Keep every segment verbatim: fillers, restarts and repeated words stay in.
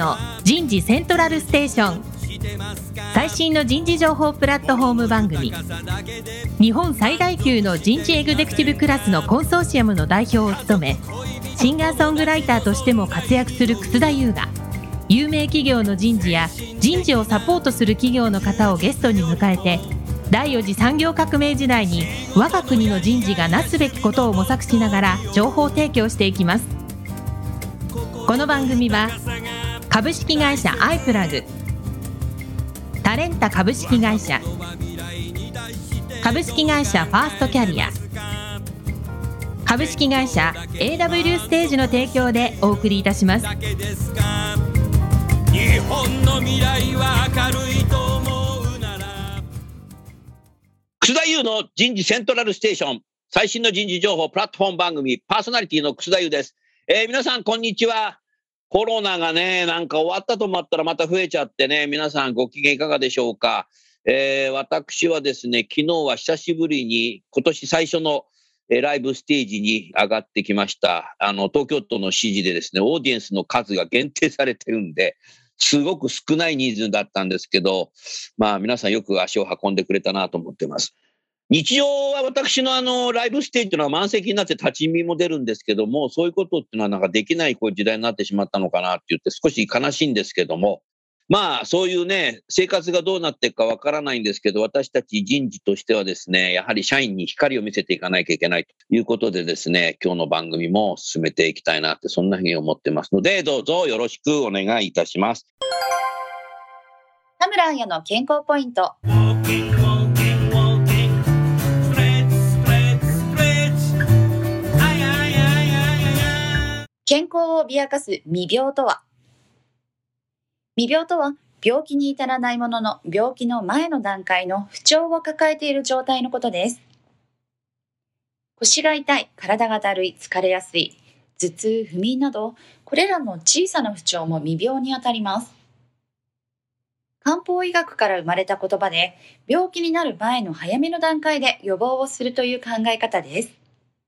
の人事セントラルステーション、最新の人事情報プラットフォーム番組。日本最大級の人事エグゼクティブクラスのコンソーシアムの代表を務め、シンガーソングライターとしても活躍する楠田優が、有名企業の人事や人事をサポートする企業の方をゲストに迎えて、第四次産業革命時代に我が国の人事がなすべきことを模索しながら情報提供していきます。この番組は株式会社アイプラグ、タレンタ株式会社、株式会社ファーストキャリア、株式会社 エーダブリュー ステージの提供でお送りいたします。 日本の未来は明るいと思うなら。楠田優の人事セントラルステーション、最新の人事情報プラットフォーム番組、パーソナリティの楠田優です。えー、皆さんこんにちは。コロナがね、なんか終わったと思ったらまた増えちゃってね、皆さんご機嫌いかがでしょうか。えー、私はですね、昨日は久しぶりに今年最初のライブステージに上がってきました。あの、東京都の指示でですね、オーディエンスの数が限定されてるんで、すごく少ない人数だったんですけど、まあ皆さんよく足を運んでくれたなと思ってます。日常は私のあの、ライブステージというのは満席になって立ち見も出るんですけども、そういうことっていうのはなんかできないこういう時代になってしまったのかなって言って少し悲しいんですけども、まあそういうね、生活がどうなっていくかわからないんですけど、私たち人事としてはですね、やはり社員に光を見せていかなきゃいけないということでですね、今日の番組も進めていきたいなって、そんなふうに思ってますので、どうぞよろしくお願いいたします。 田村彩の健康ポイント。健康を脅かす未病とは。未病とは病気に至らないものの病気の前の段階の不調を抱えている状態のことです。腰が痛い、体がだるい、疲れやすい、頭痛、不眠など、これらの小さな不調も未病にあたります。漢方医学から生まれた言葉で、病気になる前の早めの段階で予防をするという考え方です。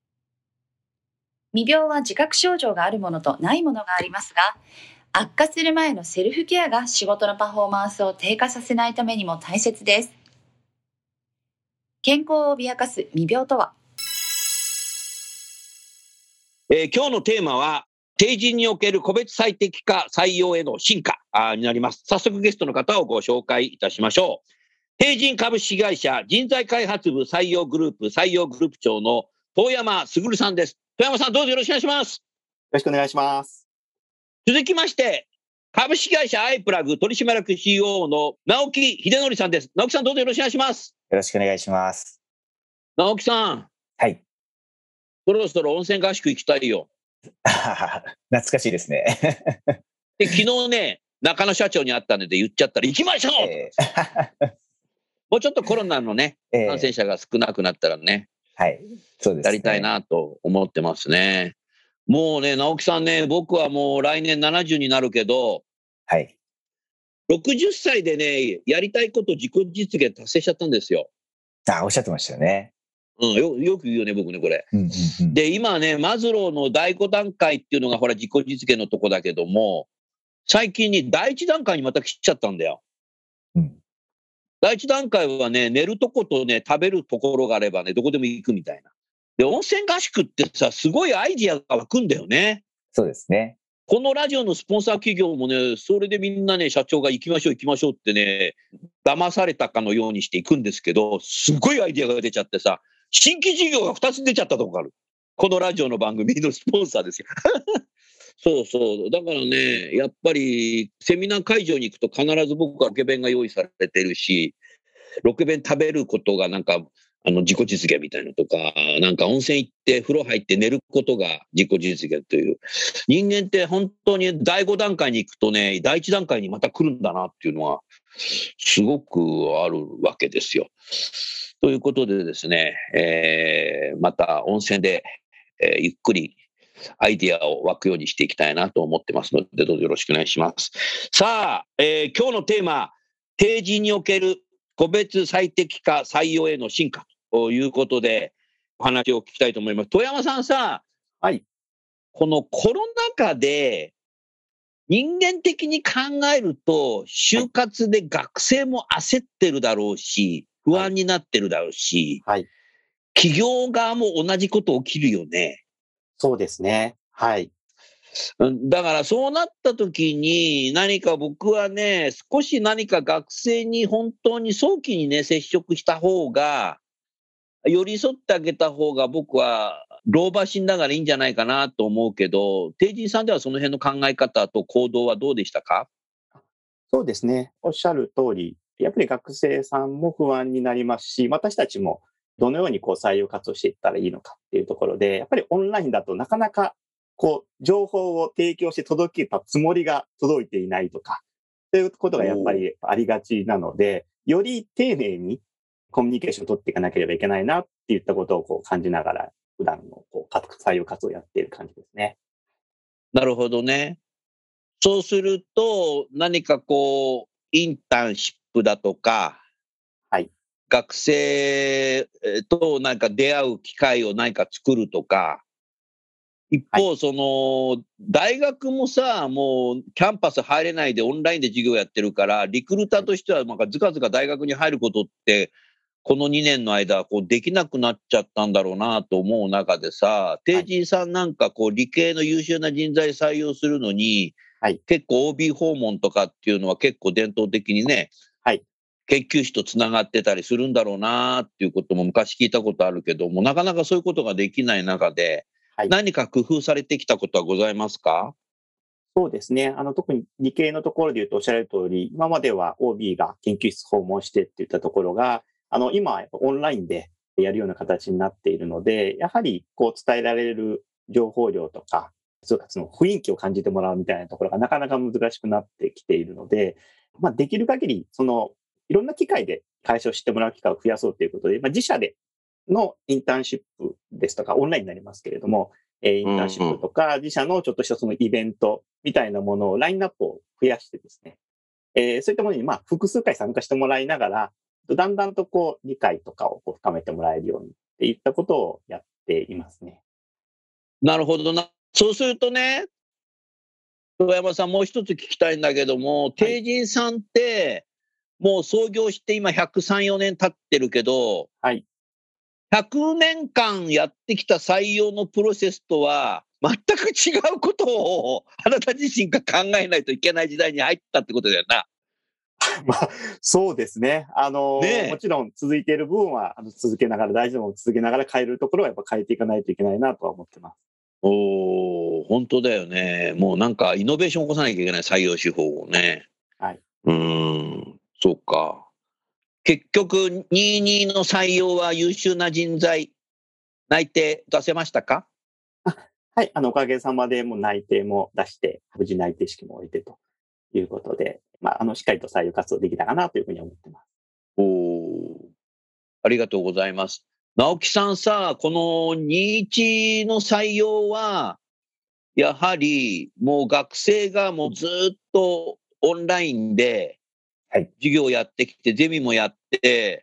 未病は自覚症状があるものとないものがありますが、悪化する前のセルフケアが仕事のパフォーマンスを低下させないためにも大切です。健康を脅かす未病とは。 えー、今日のテーマは、定人における個別最適化採用への進化になります。早速ゲストの方をご紹介いたしましょう。定人株式会社人材開発部採用グループ採用グループ長の遠山卓さんです。遠山さん、どうぞよろしくお願いします。 よろしくお願いします。 続きまして、株式会社アイプラグ取締役 シーイーオー の直木秀則さんです。直木さん、どうぞよろしくお願いします。 よろしくお願いします。 直木さん。 はい。 そろそろ温泉合宿行きたいよ。 懐かしいですね。 で、昨日ね、中野社長に会ったので言っちゃったら行きましょう、えー、もうちょっとコロナのね、えー、感染者が少なくなったらね、 はい、そうですね。 やりたいなと思ってますね。もうね、直木さんね、僕はもう来年ななじゅうになるけど、 はい。 ろくじゅっさいでね、やりたいこと自己実現達成しちゃったんですよ。 あ、おっしゃってましたよね。 うん、よ, よく言うよね、僕ね、これ。 うんうんうん、 で、今ね、マズローのだいご段階っていうのが、ほら、自己実現のとこだけども、最近にだいいち段階にまた来ちゃったんだよ。 うん、 だいいち段階はね、寝るとことね、食べるところがあればね、どこでも行くみたいな。で、温泉合宿ってさ、すごいアイディアが湧くんだよね。 そうですね。 このラジオのスポンサー企業もね、それでみんなね、社長が行きましょう行きましょうってね、騙されたかのようにして行くんですけど、すごいアイディアが出ちゃってさ、新規事業がふたつ出ちゃったとこがある。このラジオの番組のスポンサーですよ。そうそう。だからね、やっぱりセミナー会場に行くと必ず僕はロケ弁が用意されてるし、ロケ弁食べることがなんか、あの自己実現みたいなとか、なんか温泉行って風呂入って寝ることが自己実現という。人間って本当にだいご段階に行くとね、だいいち段階にまた来るんだなっていうのは、すごくあるわけですよ。ということでですね、えー、また温泉で、えー、ゆっくりアイディアを湧くようにしていきたいなと思ってますので、どうぞよろしくお願いします。さあ、えー、今日のテーマ、定人における個別最適化採用への進化ということで、お話を聞きたいと思います。遠山さんさ、 はい。 このコロナ禍で人間的に考えると、就活で学生も焦ってるだろうし、不安になってるだろうし、 はい。 企業側も同じこと起きるよね。 そうですね。はい。 うんだからそうなった時に、何か僕はね、少し何か学生に本当に早期にね、接触した方が、寄り添ってあげた方が僕は老婆心ながらいいんじゃないかなと思うけど、帝人さんではその辺の考え方と行動はどうでしたか？ そうですね。おっしゃる通り、やっぱり学生さんも不安になりますし、私たちもどのようにこう採用活動していったらいいのかっていうところで、やっぱりオンラインだとなかなかこう情報を提供して届けたつもりが届いていないとか、そういうことがやっぱりありがちなので、より丁寧にコミュニケーションを取っていかなければいけないなっていったことをこう感じながら、普段のこう採用活動をやっている感じですね。 なるほどね。そうすると、何かこう、インターンシップだとか、 はい。 学生となんか出会う機会を何か作るとか、一方、 はその、大学もさ、もうキャンパス入れないでオンラインで授業やってるから、リクルーターとしてはなんかずかずか大学に入ることって、このにねんの間、こうできなくなっちゃったんだろうなと思う中でさ、帝人さんなんかこう理系の優秀な人材採用するのに、 はい。 結構 オービー 訪問とかっていうのは結構伝統的にね、 はい。 研究室とつながってたりするんだろうなっていうことも昔聞いたことあるけども、なかなかそういうことができない中で、 はい。 何か工夫されてきたことはございますか？ そうですね。あの、特に理系のところで言うとおっしゃる通り、今までは オービー が研究室訪問してっていったところが、あの、今はやっぱオンラインでやるような形になっているので、やはりこう伝えられる情報量とか、そうか、その雰囲気を感じてもらうみたいなところがなかなか難しくなってきているので、まあ、できる限り、その、いろんな機会で会社を知ってもらう機会を増やそうということで、まあ、自社でのインターンシップですとか、オンラインになりますけれども、えーインターンシップとか、自社のちょっとしたそのイベントみたいなものを、ラインナップを増やしてですね、えーそういったものにまあ複数回参加してもらいながら、だんだんとこう理解とかをこう深めてもらえるようにっていったことをやっていますね。 なるほどな。そうするとね、遠山さん、もう一つ聞きたいんだけども、 はい。 帝人さんって、もう創業して今ひゃくさん、よねん経ってるけど、 はい。 ひゃくねんかんやってきた採用のプロセスとは、全く違うことをあなた自身が考えないといけない時代に入ったってことだよな。 まあ、そうですね。あのねえ。 もちろん続いている部分は、あの、続けながら、大事なものを続けながら変えるところはやっぱ変えていかないといけないなとは思ってます。 おー、本当だよね。もうなんかイノベーション起こさなきゃいけない採用手法をね。 はい。 うーん、そうか。結局、にじゅうにの採用は優秀な人材、内定出せましたか？ はい。あの、おかげさまでもう内定も出して、無事内定式も終えてということで、まあ、あの、しっかりと採用活動できたかなというふうに思ってます。 おー、ありがとうございます。直樹さんさ、このにじゅういちの採用は、やはりもう学生がもうずっとオンラインではい。 授業をやってきて、ゼミもやって、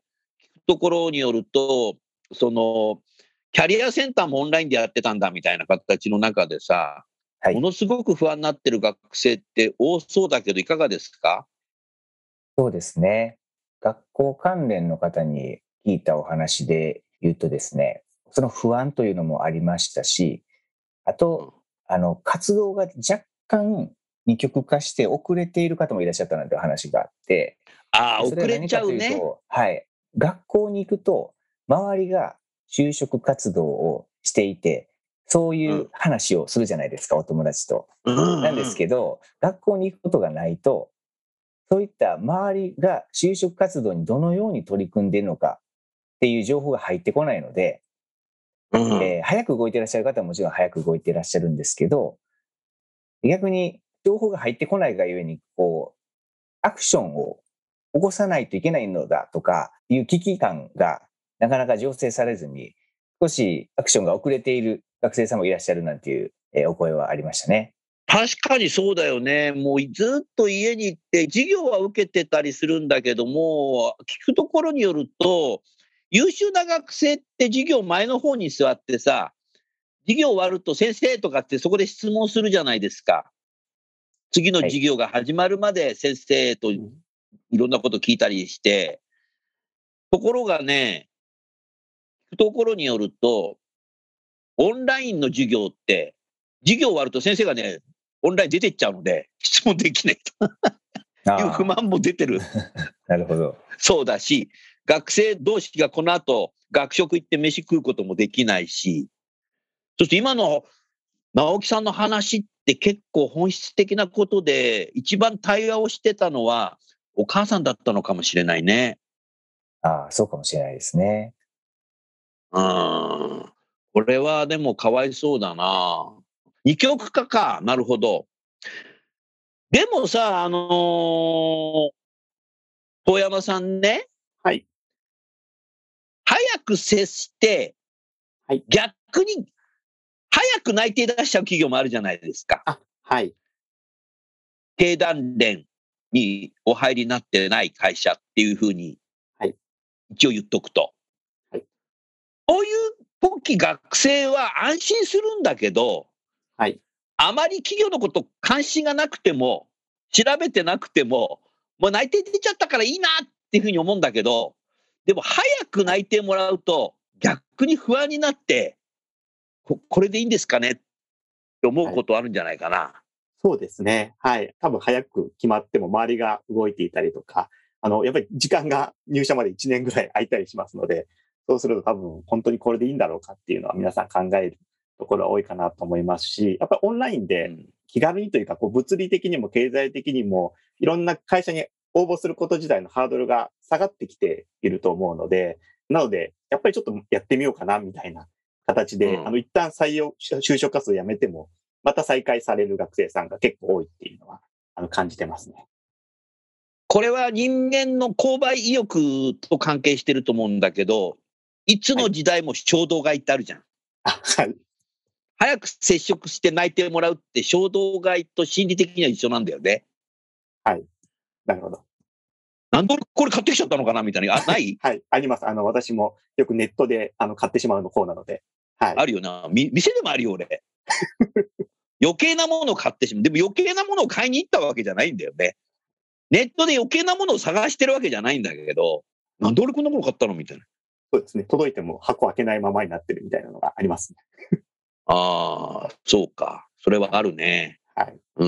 聞くところによると、その、キャリアセンターもオンラインでやってたんだみたいな形の中でさ、 はい。 ものすごく不安になってる学生って多そうだけど、いかがですか？ そうですね。学校関連の方に聞いたお話で言うとですね、その不安というのもありましたし、あと、あの、活動が若干二極化して遅れている方もいらっしゃったなんて話があって、 ああ、 でそれ遅れちは何かというゃうね。 と、はい、学校に行くと、周りが就職活動をしていて、そうう。 いうん話をするじゃないですか、お友達と。 うんなんですうん。 けど、学校に行くことがないと、そういった周りが就職活動にどのように取り組んでいるのかっていう情報が入ってこないので、 うんえー早く動いていらっしゃる方はもちろん早く動いていらっしゃるんですけど、逆に情報が入ってこないがゆえに、こう、アクションを起こさないといけないのだとかいう危機感がなかなか醸成されずに、少しアクションが遅れている学生さんもいらっしゃるなんていう、えーお声はありましたね。 確かにそうだよね。もうずっと家に行って授業は受けてたりするんだけども、聞くところによると、優秀な学生って授業前の方に座ってさ、授業終わると先生とかってそこで質問するじゃないですか。 次の授業が始まるまで先生といろんなこと聞いたりして、ところがね、聞くところによると、オンラインの授業って、授業終わると先生がね、オンライン出てっちゃうので、質問できないという不満も出てる。 なるほど。 そうだし、学生同士がこの後、学食行って飯食うこともできないし、そして今の直樹さんの話って結構本質的なことで、一番対話をしてたのはお母さんだったのかもしれないね。 ああ、そうかもしれないですね。 うん。これはでもかわいそうだな。二極化か。なるほど。でもさ、あのー、遠山さんね。 はい。 早く接して、 はい、 逆に早く内定出しちゃう企業もあるじゃないですか。 あ、はい。 経団連にお入りになってない会社っていうふうに、一応言っとくと。はい。そういう時学生は安心するんだけど、はい。あまり企業のこと関心がなくても、調べてなくても、もう内定出ちゃったからいいなっていうふうに思うんだけど、でも早く内定もらうと逆に不安になって、こ, これでいいんですかねって思うことあるんじゃないかな。はい、 そうですね。はい。多分早く決まっても周りが動いていたりとか、あの、やっぱり時間が入社までいちねんぐらい空いたりしますので、そうすると多分本当にこれでいいんだろうかっていうのは皆さん考えるところは多いかなと思いますし、やっぱりオンラインで気軽にというか、こう物理的にも経済的にもいろんな会社に応募すること自体のハードルが下がってきていると思うので、なので、やっぱりちょっとやってみようかなみたいな形で、うん、あの、一旦採用、就職活動やめても、また再開される学生さんが結構多いっていうのは、あの、感じてますね。 これは人間の購買意欲と関係してると思うんだけど、いつの時代も衝動買いってあるじゃん。 はい。 早く接触して内定もらうって衝動買いと心理的には一緒なんだよね。 はい。なるほど。 なんでこれ買ってきちゃったのかなみたいな。あ、ないはい。あります。あの、私もよくネットであの買ってしまうの方なので。はい。 あるよな。み店でもあるよ、俺。余計なものを買ってしまう。でも余計なものを買いに行ったわけじゃないんだよね。ネットで余計なものを探してるわけじゃないんだけど、なんで俺こんなもの買ったのみたいな。 そうですね。届いても箱開けないままになってるみたいなのがありますね。 ああ、そうか。それはあるね。 はい。 うん。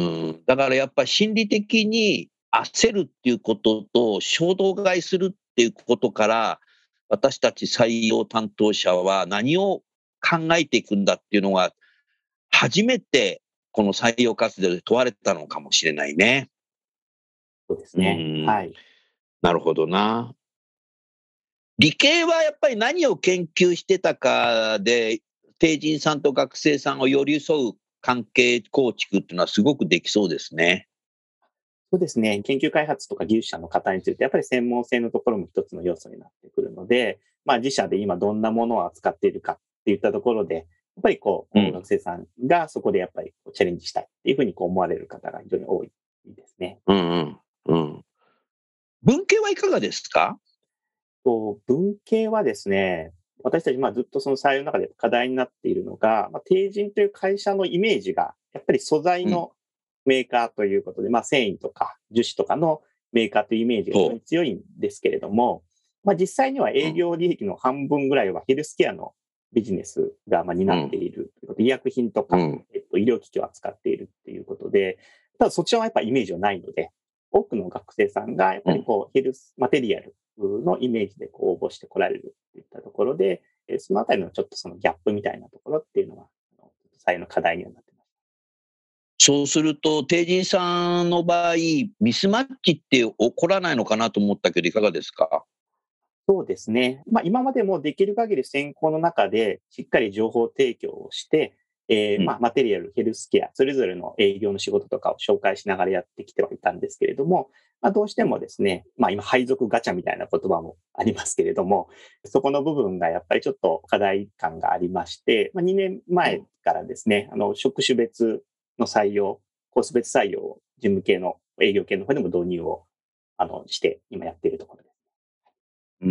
だからやっぱ心理的に焦るっていうことと衝動買いするっていうことから、私たち採用担当者は何を考えていくんだっていうのが、初めてこの採用活動で問われたのかもしれないね。 そうですね。はい。 なるほどな。理系はやっぱり何を研究してたかで、定人さんと学生さんを寄り添う関係構築っていうのはすごくできそうですね。 そうですね。研究開発とか技術者の方について、やっぱり専門性のところも一つの要素になってくるので、まあ自社で今どんなものを扱っているかっていったところで、やっぱりこう、うん、学生さんがそこでやっぱりチャレンジしたいっていうふうにこう思われる方が非常に多いですね。 うんうんうん。文系はいかがですか？ と文系はですね、私たちまあずっとその採用の中で課題になっているのが、まあ、帝人という会社のイメージが、やっぱり素材のメーカーということで、うん、まあ繊維とか樹脂とかのメーカーというイメージが非常に強いんですけれども、まあ実際には営業利益の半分ぐらいはヘルスケアのビジネスがまあ担っているということで、うん、医薬品とか、えっと、医療機器を扱っているっていうことで、ただそちらはやっぱりイメージはないので、多くの学生さんがやっぱりこう、ヘルスマテリアルのイメージでこう応募してこられるっていったところで、そのあたりのちょっとそのギャップみたいなところっていうのは、採用の課題にはなっています。 そうすると、定人さんの場合、ミスマッチって起こらないのかなと思ったけど、いかがですか？ そうですね。まあ今までもできる限り選考の中でしっかり情報提供をして、えーうん、まあ、マテリアル、ヘルスケア、それぞれの営業の仕事とかを紹介しながらやってきてはいたんですけれども、まあ、どうしてもですね、まあ今、配属ガチャみたいな言葉もありますけれども、そこの部分がやっぱりちょっと課題感がありまして、まあ、にねんまえからですね、あの、職種別の採用、コース別採用を事務系の営業系の方でも導入を、あの、して今やっているところです。 うん。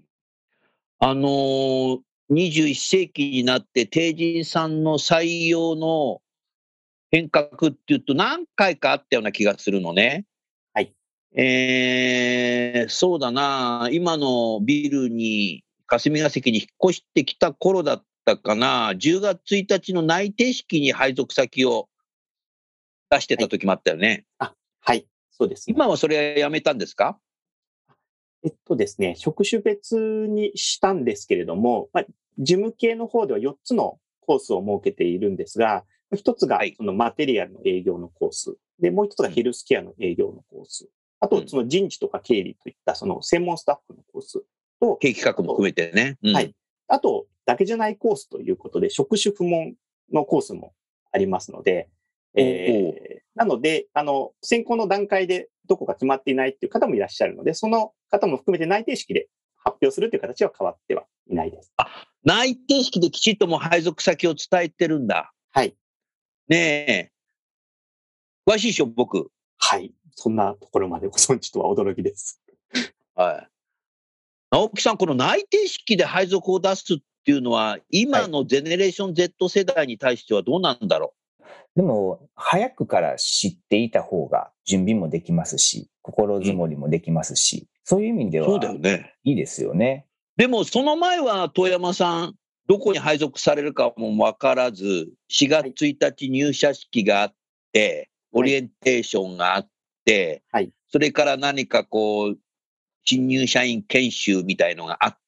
あのー、にじゅういっ世紀になって定人さんの採用の変革っていうと何回かあったような気がするのね。 はい。 えー、そうだな、今のビルに、霞が関に引っ越してきた頃だったかな、じゅうがつついたちの内定式に配属先を出してた時もあったよね。 はい、あ、はい、そうですね。 今はそれやめたんですか？ えっとですね、職種別にしたんですけれども、まあ、事務系の方ではよっつのコースを設けているんですが、ひとつがそのマテリアルの営業のコース、で、もうひとつがヘルスケアの営業のコース、あとその人事とか経理といったその専門スタッフのコースと、 経営企画も含めてね。 うん、はい。あと、だけじゃないコースということで、職種不問のコースもありますので、えー、なので、あの、選考の段階でどこか決まっていないっていう方もいらっしゃるので、その方も含めて内定式で発表するという形は変わってはいないです。 あ、内定式できちっとも配属先を伝えてるんだ。 はい。 ねえ。詳しいでしょ、僕。 はい。そんなところまでご存知とは驚きです。 はい。直木さん、この内定式で配属を出すっていうのは、今のジェネレーション Z 世代に対してはどうなんだろう。はい、 でも、早くから知っていた方が準備もできますし、心づもりもできますし、うん、そういう意味では、そうだよね。いいですよね。 でも、その前は遠山さん、どこに配属されるかも分からず、しがつついたち入社式があって、オリエンテーションがあって、はい、それから何かこう、新入社員研修みたいのがあって、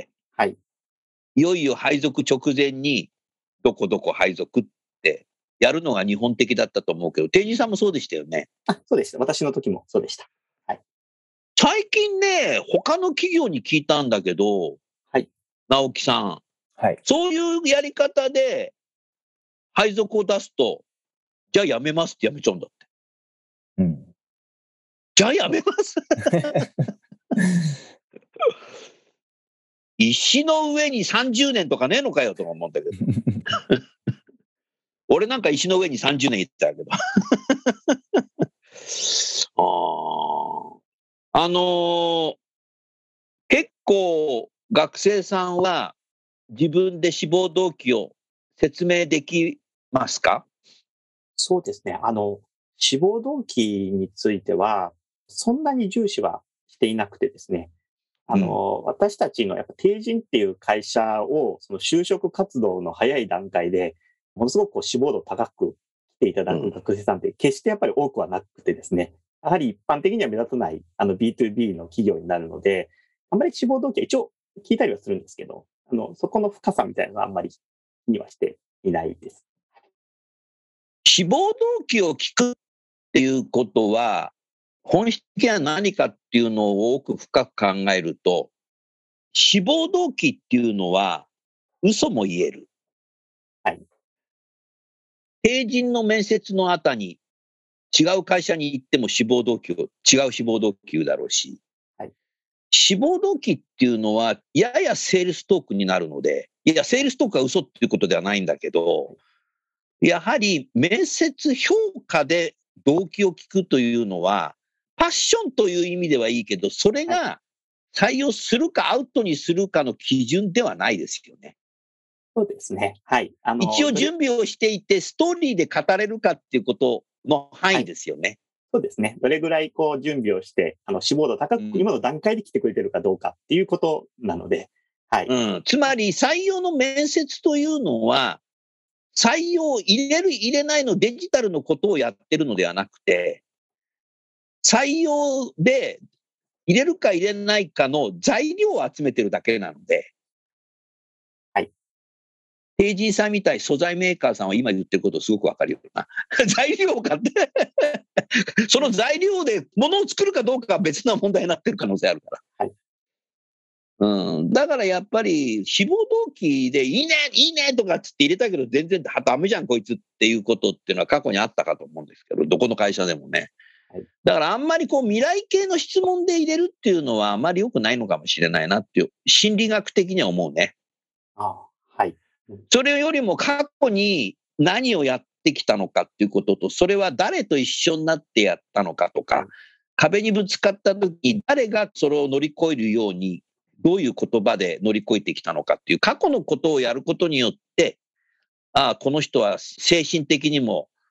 はい、いよいよ配属直前に、どこどこ配属ってやるのが日本的だったと思うけど、定治さんもそうでしたよね。 あ、そうでした。私の時もそうでした。はい、 最近ね、他の企業に聞いたんだけど、はい、直木さん、はい、そういうやり方で配属を出すと、じゃあ辞めますって辞めちゃうんだって。うん。じゃあ辞めます石の上にさんじゅうねんとかねえのかよとか思うんだけど。俺なんか石の上にさんじゅうねんいったけど。ああのー、結構学生さんは自分で志望動機を説明できますか？ そうですね。あの、志望動機については、そんなに重視はしていなくてですね。あの、うん、私たちのやっぱ帝人っていう会社を、その就職活動の早い段階で、ものすごくこう志望度高く来ていただく学生さんって決してやっぱり多くはなくてですね。やはり一般的には目立たないあの ビーツービー の企業になるので、あんまり志望動機は一応聞いたりはするんですけど、あの、そこの深さみたいなのはあんまり気にはしていないです。 志望動機を聞くっていうことは、本質的には何かっていうのを多く深く考えると、志望動機っていうのは嘘も言える。はい。帝人の面接の後に違う会社に行っても志望動機を、違う志望動機言うだろうし、はい、志望動機っていうのはややセールストークになるので、いや、セールストークは嘘っていうことではないんだけど、やはり面接評価で動機を聞くというのは、パッションという意味ではいいけど、それが採用するかアウトにするかの基準ではないですよね。 そうですね。はい。 あの一応準備をしていて、ストーリーで語れるかっていうことの範囲ですよね。はい、 そうですね。どれぐらいこう準備をして、あの志望度高く、うん、今の段階で来てくれてるかどうかっていうことなので、はい。 うん、つまり採用の面接というのは、採用入れる入れないのデジタルのことをやってるのではなくて、採用で入れるか入れないかの材料を集めてるだけなので、 はい。 帝人さんみたい素材メーカーさんは今言ってることすごくわかるよな。材料を買って、その材料で物を作るかどうかは別な問題になってる可能性あるから。はい。うん、だからやっぱり志望動機でいいねいいねとかっつって入れたけど全然ダメじゃんこいつっていうことっていうのは過去にあったかと思うんですけど、どこの会社でもね。はい、だからあんまりこう未来系の質問で入れるっていうのはあまり良くないのかもしれないなっていう心理学的には思うね。 ああ、はい。 それよりも過去に何をやってきたのかっていうことと、それは誰と一緒になってやったのかとか、はい、壁にぶつかった時に誰がそれを乗り越えるようにどういう言葉で乗り越えてきたのかっていう過去のことをやることによって、ああ、この人は精神的にも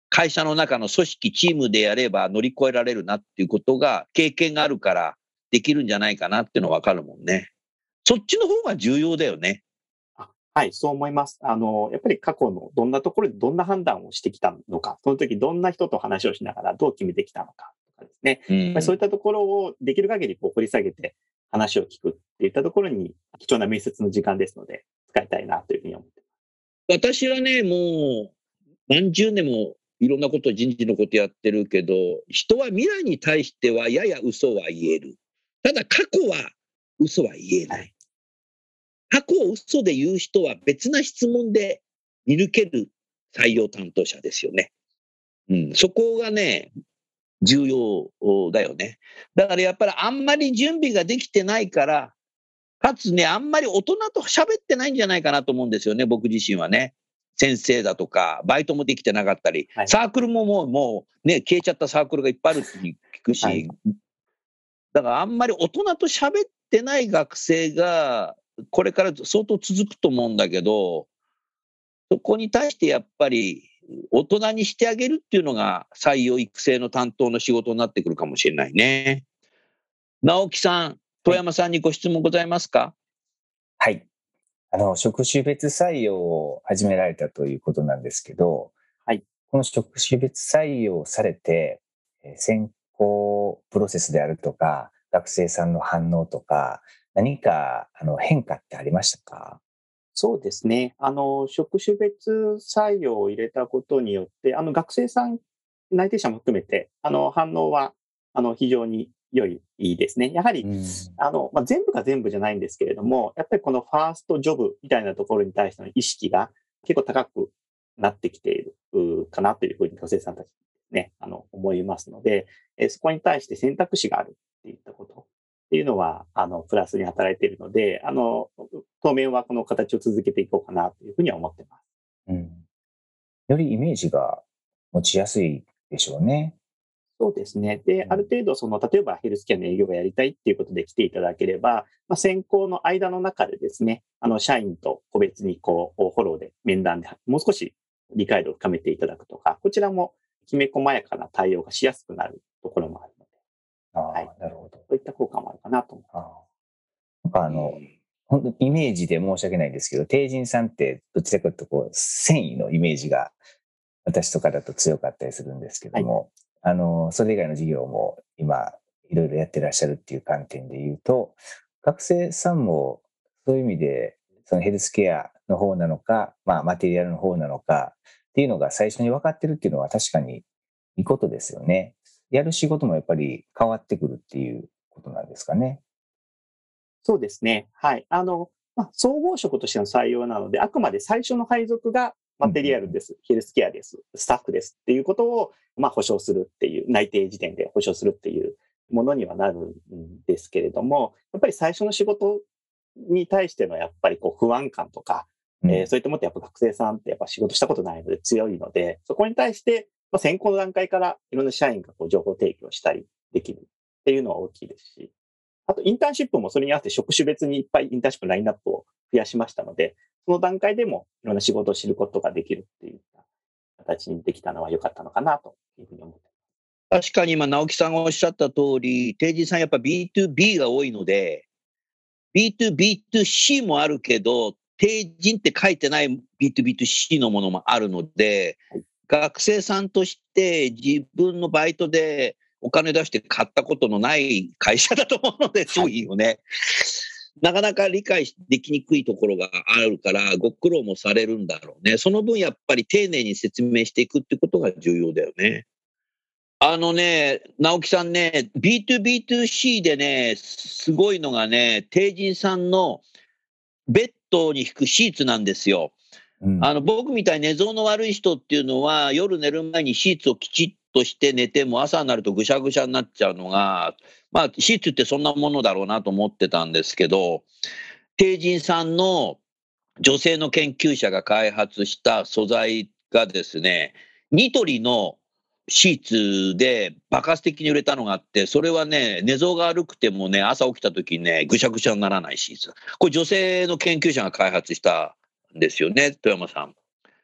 会社の中の組織、チームでやれば乗り越えられるなっていうことが、経験があるからできるんじゃないかなっていうのはわかるもんね。そっちの方が重要だよね。 あはい、そう思います。あの、やっぱり過去のどんなところでどんな判断をしてきたのか、その時どんな人と話をしながらどう決めてきたのかとかですね。 うんやっぱりそういったところをできる限りこう掘り下げて話を聞くっていったところに貴重な面接の時間ですので、使いたいなというふうに思っています。 私はね、もう何十年もいろんなこと、人事のことやってるけど、人は未来に対してはやや嘘は言える。ただ過去は嘘は言えない。過去を嘘で言う人は別な質問で見抜ける採用担当者ですよね。うん、そこがね、重要だよね。だからやっぱりあんまり準備ができてないから、かつね、あんまり大人と喋ってないんじゃないかなと思うんですよね、僕自身はね。先生だとか、バイトもできてなかったり、 はいサークルももう、もうね、消えちゃったサークルがいっぱいあるって聞くし、 はいだからあんまり大人と喋ってない学生が、これから相当続くと思うんだけど、そこに対してやっぱり大人にしてあげるっていうのが採用育成の担当の仕事になってくるかもしれないね。直樹さん、富山さんにご質問ございますか？ はい。あの、職種別採用を始められたということなんですけど、 はい。 この職種別採用されて、えー選考プロセスであるとか、学生さんの反応とか、何かあの変化ってありましたか？ そうですね。あの、職種別採用を入れたことによって、あの、学生さん、内定者も含めて、あの、反応は、あの、非常に良い、いいですね。やはり、 うんあの、まあ、全部が全部じゃないんですけれども、やっぱりこのファーストジョブみたいなところに対しての意識が結構高くなってきているうーかなというふうに学生さんたちね、あの、思いますので、えーそこに対して選択肢があるっていったことっていうのは、あの、プラスに働いているので、あの、当面はこの形を続けていこうかなというふうには思ってます。 うんよりイメージが持ちやすいでしょうね。 そうですね。で、ある程度、その、例えばヘルスケアの営業がやりたいっていうことで来ていただければ、まあ、選考の間の中でですね、あの、社員と個別にこう、フォローで、面談で、もう少し理解度を深めていただくとか、こちらもきめ細やかな対応がしやすくなるところもあるので、 ああ、 はいなるほど。 そういった効果もあるかなと思います。 ああなんかあの、本当にイメージで申し訳ないんですけど、帝人さんってどちらかというとこう繊維のイメージが私とかだと強かったりするんですけども、あのそれ以外の事業も今いろいろやってらっしゃるっていう観点で言うと、学生さんもそういう意味でそのヘルスケアの方なのか、まあ、マテリアルの方なのかっていうのが最初に分かってるっていうのは確かにいいことですよね。やる仕事もやっぱり変わってくるっていうことなんですかね。 そうですね。はい。あの、まあ、総合職としての採用なので、あくまで最初の配属がマテリアルです、ヘルスケアです、スタッフですっていうことを、まあ、保証するっていう、内定時点で保証するっていうものにはなるんですけれども、やっぱり最初の仕事に対してのやっぱりこう不安感とか、 うんえーそういったものってやっぱ学生さんってやっぱ仕事したことないので強いので、そこに対して、まあ、選考の段階からいろんな社員がこう情報提供したりできるっていうのは大きいですし、あとインターンシップもそれに合わせて職種別にいっぱいインターンシップのラインナップを増やしましたので、その段階でもいろんな仕事を知ることができるっていう形にできたのは良かったのかなというふうに思っています。 確かに今、直樹さんがおっしゃった通り、帝人さんやっぱ ビーツービー が多いので、ビーツービーツーシー もあるけど、帝人って書いてない ビーツービーツーシー のものもあるので、 はい学生さんとして自分のバイトでお金出して買ったことのない会社だと思うので、商品をね、なかなか理解できにくいところがあるから、ご苦労もされるんだろうね。その分やっぱり丁寧に説明していくってことが重要だよね。あのね、直樹さんね、ビーツービーツーシー でね、すごいのがね、帝人さんのベッドに引くシーツなんですよ。 うんあの僕みたいに寝相の悪い人っていうのは、夜寝る前にシーツをきちっとして寝ても朝になるとぐしゃぐしゃになっちゃうのが、まあシーツってそんなものだろうなと思ってたんですけど、帝人さんの女性の研究者が開発した素材がですね、ニトリのシーツで爆発的に売れたのがあって、それはね、寝相が悪くてもね、朝起きた時にね、ぐしゃぐしゃにならないシーツ。これ女性の研究者が開発したんですよね、富山さん。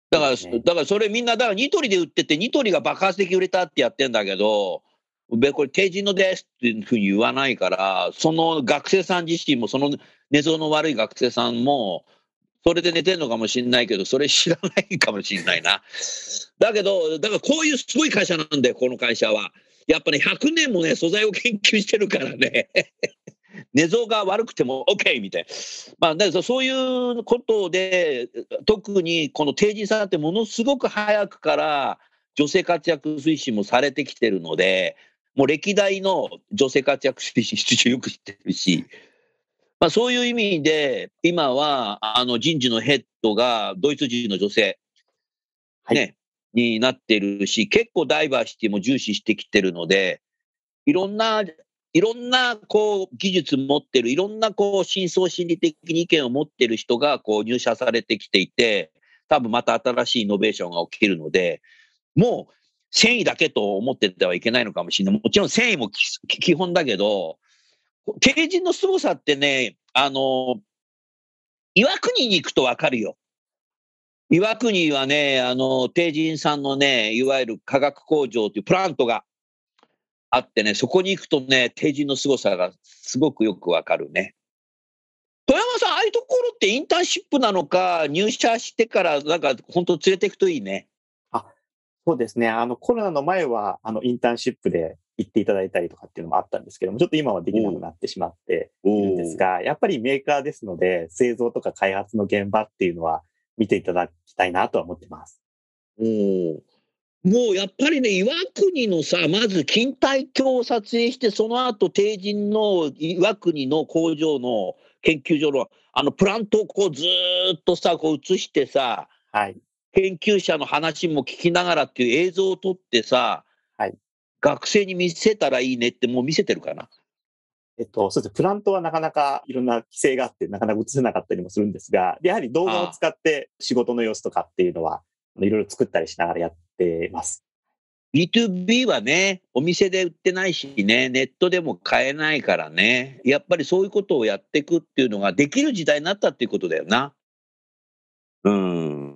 だから、 そうですねだからそれみんな、だからニトリで売ってて、ニトリが爆発的売れたってやってんだけど、べこれ、帝人のですっていうふうに言わないから、その学生さん自身も、その寝相の悪い学生さんも、それで寝てるのかもしれないけど、それ知らないかもしれないな。だけど、だからこういうすごい会社なんだよ、この会社は。やっぱね、ひゃくねんもね、素材を研究してるからね。寝相が悪くても OK みたいな。まあ、だからそういうことで、特にこの帝人さんってものすごく早くから女性活躍推進もされてきてるので、もう歴代の女性活躍推進出場よく知ってるし、まあ、そういう意味で、今はあの人事のヘッドがドイツ人の女性、ね、はい、になってるし、結構ダイバーシティも重視してきてるので、いろんないろんなこう技術持ってる、いろんなこう深層心理的に意見を持ってる人がこう入社されてきていて、多分また新しいイノベーションが起きるので、もう繊維だけと思っててはいけないのかもしれない。もちろん繊維も基本だけど、帝人の凄さってね、あの、岩国に行くとわかるよ。岩国はね、あの、帝人さんのね、いわゆる化学工場というプラントがあってね、そこに行くとね、帝人の凄さがすごくよくわかるね。富山さん、ああいうところってインターンシップなのか、入社してからなんか本当連れていくといいね。 あ、そうですね。あの、コロナの前は、あの、インターンシップで行っていただいたりとかっていうのもあったんですけども、ちょっと今はできなくなってしまっているんですが、やっぱりメーカーですので、製造とか開発の現場っていうのは見ていただきたいなとは思ってます。 おー。もうやっぱりね、岩国のさ、まず錦帯橋を撮影して、その後帝人の岩国の工場の研究所のあのプラントをこうずーっとさ、こう映してさ、 はい、 研究者の話も聞きながらっていう映像を撮ってさ、 はい、 学生に見せたらいいねってもう見せてるかな。 えっと、そうですね。プラントはなかなかいろんな規制があって、なかなか映せなかったりもするんですが、やはり動画を使って仕事の様子とかっていうのは、いろいろ作ったりしながらやってます。 ビーツービー はね、お店で売ってないしね、ネットでも買えないからね、やっぱりそういうことをやっていくっていうのができる時代になったっていうことだよな。うん、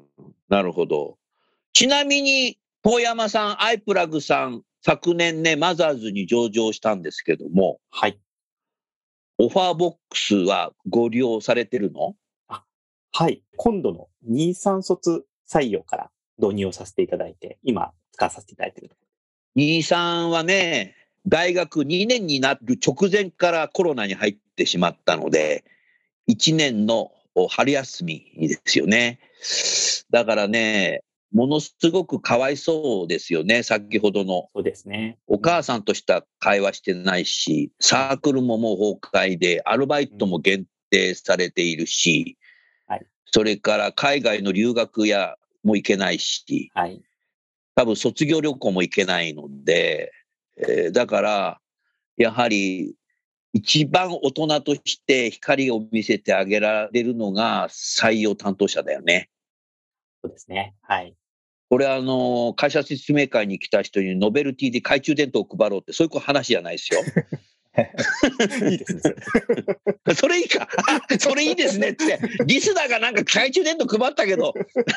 なるほど。ちなみに、遠山さん、アイプラグさん、昨年ね、マザーズに上場したんですけども、 はい。 オファーボックスはご利用されてるの？ あ、はい。今度のにじゅうさん卒採用から導入をさせていただいて、今使わさせていただいているところ。 にじゅうさんはね、大学にねんになる直前からコロナに入ってしまったので、いちねんの春休みですよね。だからね、ものすごくかわいそうですよね、先ほどの。 そうですね。 お母さんとした会話してないし、サークルももう崩壊で、アルバイトも限定されているし、 はい、 それから海外の留学やも行けないし、 はい、 多分卒業旅行も行けないので、えー、だからやはり一番大人として光を見せてあげられるのが採用担当者だよね。 そうですね。はい。 これあの会社説明会に来た人にノベルティで懐中電灯を配ろうってそういう話じゃないですよ。 いいですね。 それそれいいか。それいいですねって。リスナーがなんか懐中電灯配ったけど、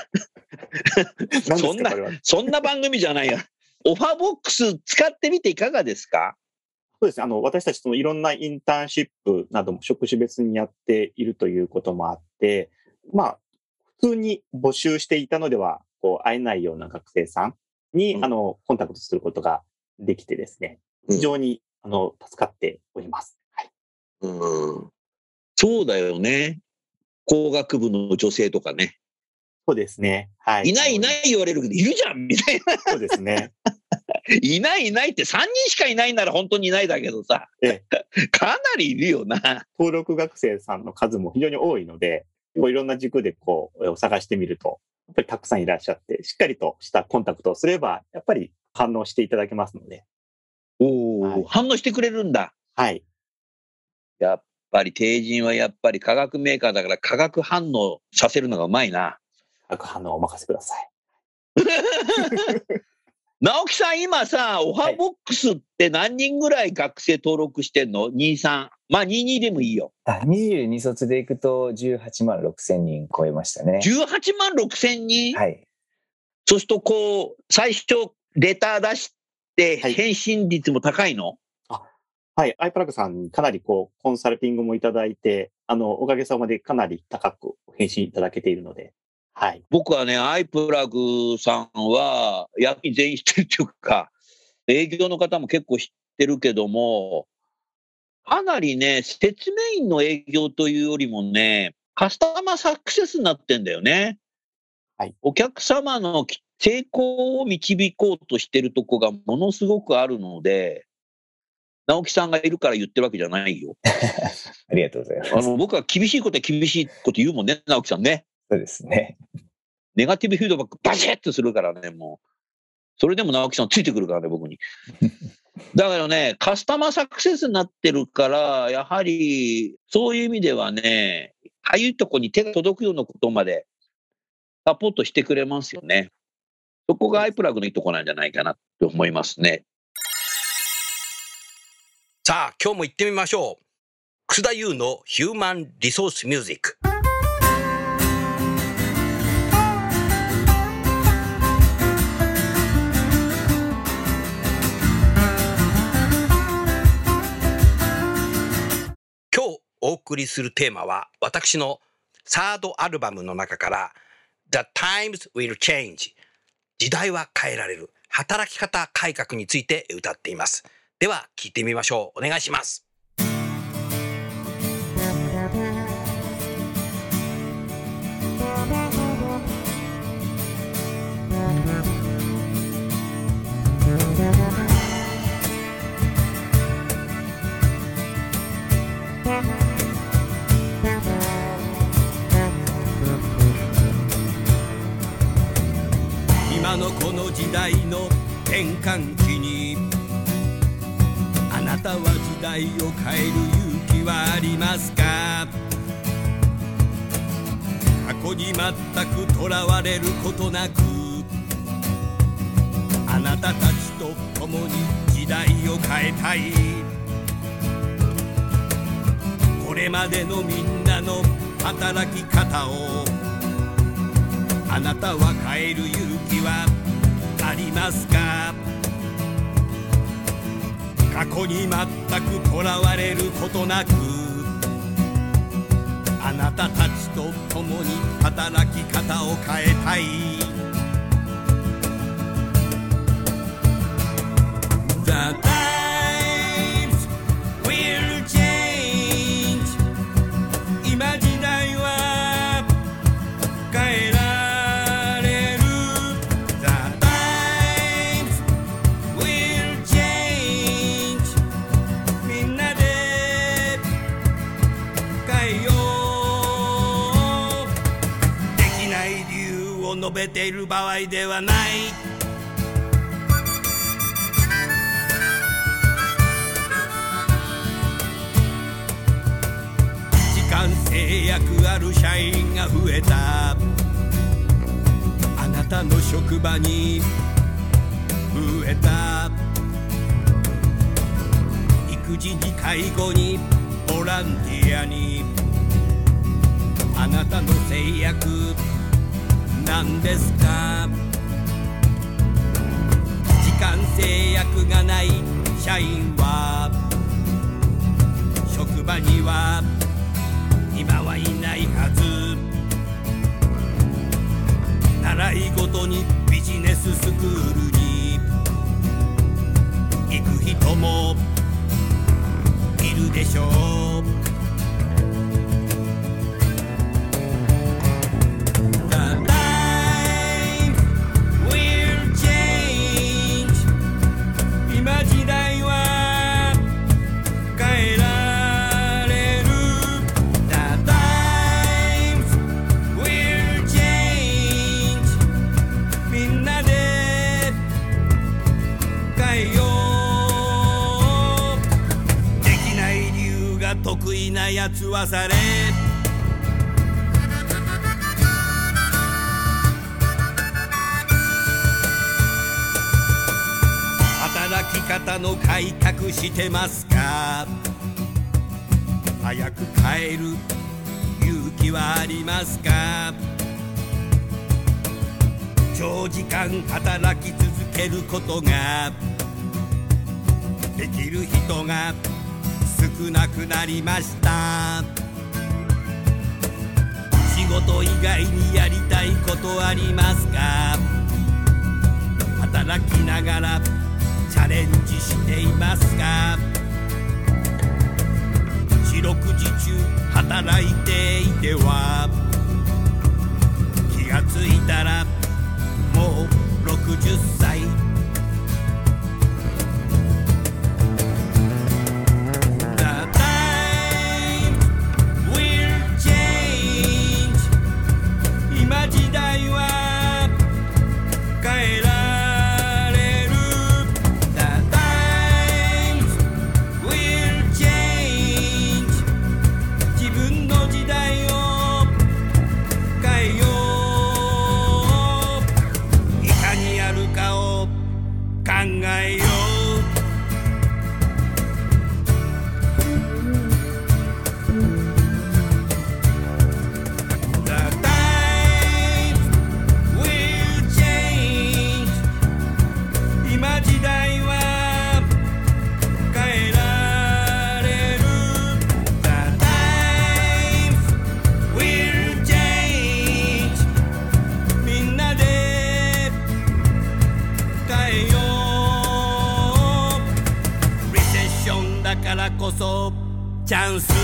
そんなそんな番組じゃないよ。オファーボックス使ってみていかがですか？ そうですね。あの、私たちといろんなインターンシップなども職種別にやっているということもあって、まあ、普通に募集していたのでは、こう、会えないような学生さんに、うん、あの、コンタクトすることができてですね、非常に、うん、あの、助かっております。はい。 うん。そうだよね。工学部の女性とかね。 そうですね。はい。 いないいない言われるけど、いるじゃんみたいな。 そうですね。 いないいないってさんにんしかいないなら本当にいないだけどさ、ええ、かなりいるよな。 登録学生さんの数も非常に多いので、こういろんな軸でこう探してみると、やっぱりたくさんいらっしゃって、しっかりとしたコンタクトをすれば、やっぱり反応していただけますので。 おー、はい、反応してくれるんだ。 はい。 やっぱり帝人はやっぱり化学メーカーだから化学反応させるのがうまいな。 化学反応をお任せください。 直樹さん、今さ、オファーボックスって何人ぐらい学生登録してんの？ にじゅうさん。まあ、にじゅうにでもいいよ。 あ、にじゅうに卒でいくとじゅうはちまんろくせんにん超えましたね。 じゅうはちまんろくせんにん？ はい。 そうするとこう最初レター出してはい返信率も高いの？ はい、アイプラグさんにかなりこうコンサルティングもいただいて、あのおかげさまでかなり高く返信いただけているので、はい。 僕はね、アイプラグさんは役員全員知ってるっていうか、営業の方も結構知ってるけども、かなりね、説明員の営業というよりもね、カスタマーサクセスになってんだよね。 はい。 お客様の成功を導こうとしてるとこがものすごくあるので、直樹さんがいるから言ってるわけじゃないよ。 ありがとうございます。 あの僕は厳しいことは厳しいこと言うもんね、直樹さんね。 そうですね。 ネガティブフィードバックバシッとするからね、もう。それでも直樹さんついてくるからね、僕に。だからね、カスタマーサクセスになってるから、やはりそういう意味ではね、ああいうとこに手が届くようなことまでサポートしてくれますよね。そこがアイプラグのいいとこなんじゃないかなと思いますね。 さあ、今日も行ってみましょう。楠田優のヒューマンリソースミュージック。今日お送りするテーマは、私のサードアルバムの中から The Times Will Change 時代は変えられる働き方改革について歌っています。では聞いてみましょう。お願いします。今のこの時代の転換期に、あなたは時代を変える勇気はありますか？過去に全くとらわれることなく、あなたたちと共に時代を変えたい。これまでのみんなの働き方をあなたは変える勇気はありますか？過去に全くとらわれることなく、あなたたちと共に働き方を変えたい。 The times will change 今時代は変えられる。 The times will change みんなで変えよう。できない理由を述べている場合ではない。制約ある社員が増えた。あなたの職場に増えた。育児に介護にボランティアに、あなたの制約なんですか？時間制約がない社員は職場には今はいないはず。習い事にビジネススクールに行く人もいるでしょう。 The time will change 今時代は変えられる。得意なやつはされ、働き方の改革してますか？早く変える勇気はありますか？ 長時間働き続けることができる人が少なくなりました。仕事以外にやりたいことありますか？働きながらチャレンジしていますか？四六時中働いていては気がついたらもうろくじゅっさい。今時代は変えられる。 The times will change。 自分の時代を変えよう。いかにやるかを考えよう。こそチャンス。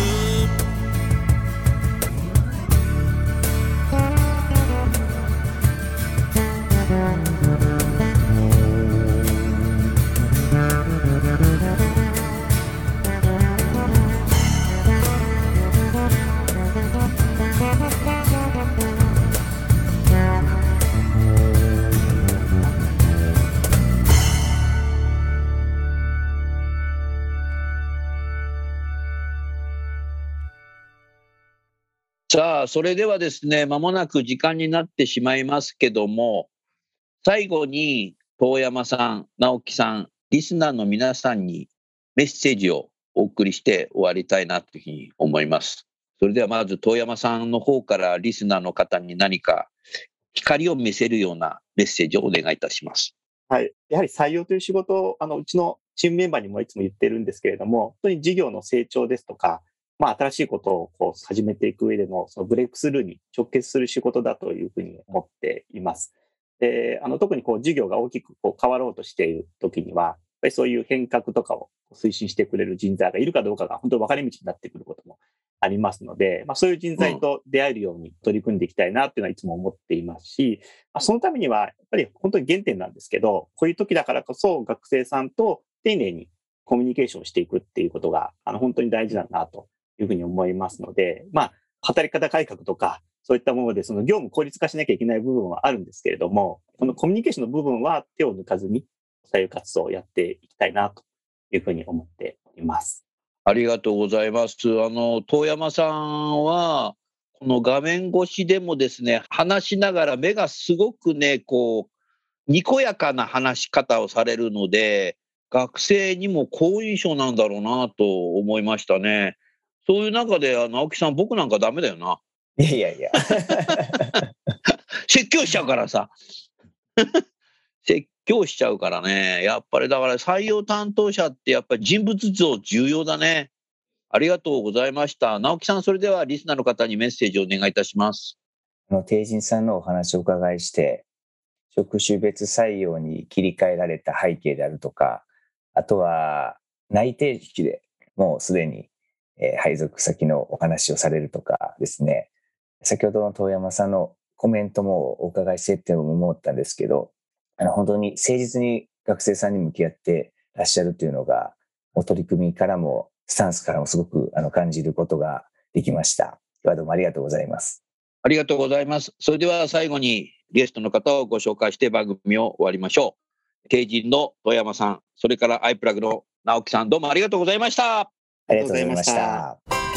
さあ、それではですね、まもなく時間になってしまいますけども、最後に遠山さん、直樹さん、リスナーの皆さんにメッセージをお送りして終わりたいなというふうに思います。それではまず遠山さんの方からリスナーの方に何か光を見せるようなメッセージをお願いいたします。 はい。やはり採用という仕事を、あの、うちのチームメンバーにもいつも言ってるんですけれども、本当に事業の成長ですとか、まあ、新しいことをこう始めていく上でのそのブレイクスルーに直結する仕事だというふうに思っています。で、あの特にこう事業が大きくこう変わろうとしている時には、やっぱりそういう変革とかを推進してくれる人材がいるかどうかが本当に分かれ道になってくることもありますので、まあ、そういう人材と出会えるように取り組んでいきたいなっていうのはいつも思っていますし、まあ、そのためにはやっぱり本当に原点なんですけど、こういう時だからこそ学生さんと丁寧にコミュニケーションしていくっていうことがあの本当に大事だなというふうに思いますので、まあ、働き方改革とか、そういったもので、その業務効率化しなきゃいけない部分はあるんですけれども、このコミュニケーションの部分は手を抜かずに、採用活動をやっていきたいなというふうに思っております。 ありがとうございます。あの、遠山さんは、この画面越しでもですね、話しながら目がすごくね、こう、にこやかな話し方をされるので、学生にも好印象なんだろうなと思いましたね。そういう中で、直樹さん、僕なんかダメだよな。 いやいやいや。 説教しちゃうからさ。説教しちゃうからね。やっぱりだから採用担当者ってやっぱり人物像重要だね。ありがとうございました。直樹さん、それではリスナーの方にメッセージをお願いいたします。 あの、帝人さんのお話をお伺いして、職種別採用に切り替えられた背景であるとか、あとは内定式でもうすでにえー、配属先のお話をされるとかですね、先ほどの遠山さんのコメントもお伺いしてって思ったんですけど、あの本当に誠実に学生さんに向き合ってらっしゃるというのが、お取り組みからもスタンスからもすごくあの感じることができました。今日はどうもありがとうございます。 ありがとうございます。それでは最後にゲストの方をご紹介して番組を終わりましょう。帝人の遠山さん、それからアイプラグの直樹さん、どうもありがとうございました。 ありがとうございました。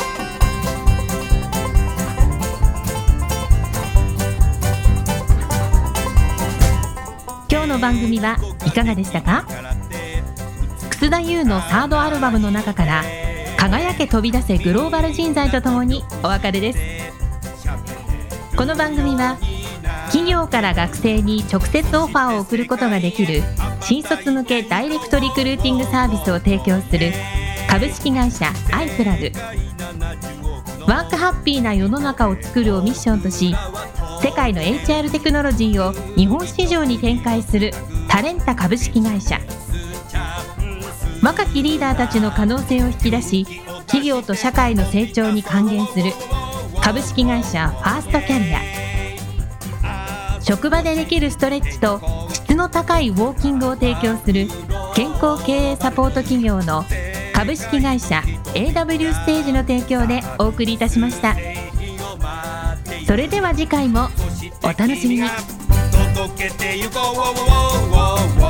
今日の番組はいかがでしたか？楠田優のサードアルバムの中から輝け飛び出せグローバル人材とともにお別れです。この番組は企業から学生に直接オファーを送ることができる新卒向けダイレクトリクルーティングサービスを提供する株式会社アイプラグ。ワークハッピーな世の中を作るをミッションとし、世界の エイチアール テクノロジーを日本市場に展開するタレンタ株式会社。若きリーダーたちの可能性を引き出し、企業と社会の成長に還元する株式会社ファーストキャリア。職場でできるストレッチと質の高いウォーキングを提供する健康経営サポート企業の株式会社 エーダブリュー ステージの提供でお送りいたしました。それでは次回もお楽しみに。 届けてゆこう